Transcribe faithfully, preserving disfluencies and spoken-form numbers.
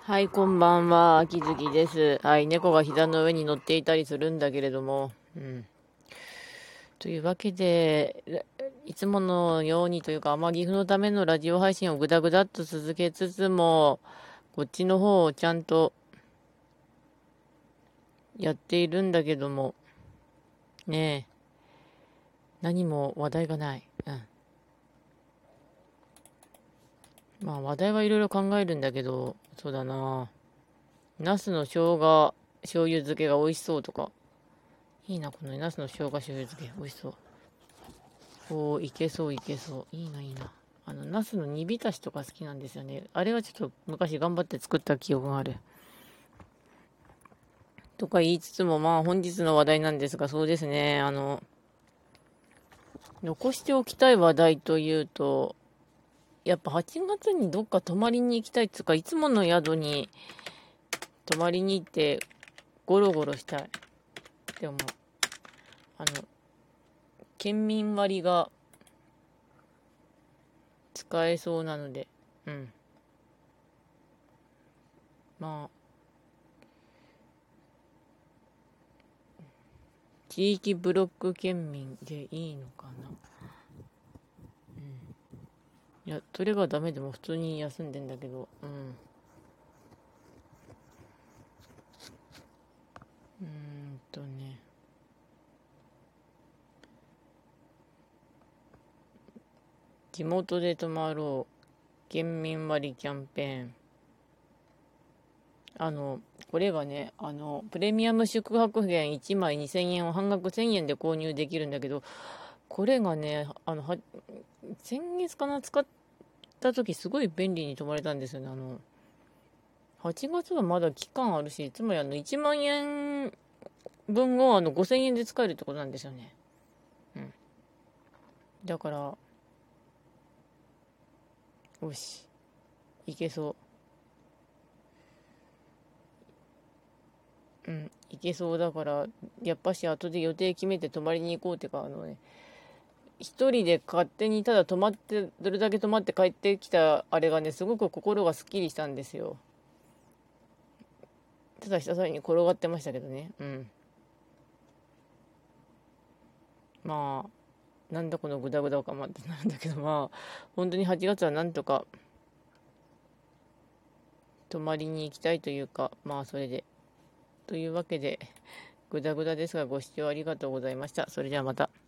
はい、こんばんは。秋月です。はい、猫が膝の上に乗っていたりするんだけれども。うん。というわけで、いつものようにというか、天岐阜のためのラジオ配信をぐだぐだっと続けつつも、こっちの方をちゃんとやっているんだけども、ねえ、何も話題がない。うん。まあ話題はいろいろ考えるんだけど、そうだな。ナスの生姜醤油漬けが美味しそうとか。いいな、このナスの生姜醤油漬け。美味しそう。おー、いけそういけそう。いいな、いいな。あの、ナスの煮浸しとか好きなんですよね。あれはちょっと昔頑張って作った記憶がある。とか言いつつも、まあ本日の話題なんですが、そうですね。あの、残しておきたい話題というと、やっぱはちがつにどっか泊まりに行きたいっつうか、いつもの宿に泊まりに行ってゴロゴロしたいって思う。あの、県民割が使えそうなので、うん。まあ、地域ブロック県民でいいのかな。いや、それがダメでも普通に休んでんだけど、うん。うーんとね、地元で泊まろう。県民割キャンペーン。あの、これがね、あの、プレミアム宿泊券いちまいにせんえんを半額せんえんで購入できるんだけど、これがね、あの、は、先月かな、使った時すごい便利に泊まれたんですよね。あの、はちがつはまだ期間あるし、つまりあの、いちまん円分をあの、ごせんえんで使えるってことなんですよね。うん。だから、よし、いけそう。うん、いけそうだから、やっぱし後で予定決めて泊まりに行こうっていうか、あのね、一人で勝手にただ泊まって、どれだけ泊まって帰ってきたあれがね、すごく心がすっきりしたんですよ。ただひたすらに転がってましたけどね。うん。まあ、なんだこのグダグダかまってなるんだけど、まあ、本当にはちがつはなんとか泊まりに行きたいというか、まあ、それで。というわけで、グダグダですが、ご視聴ありがとうございました。それではまた。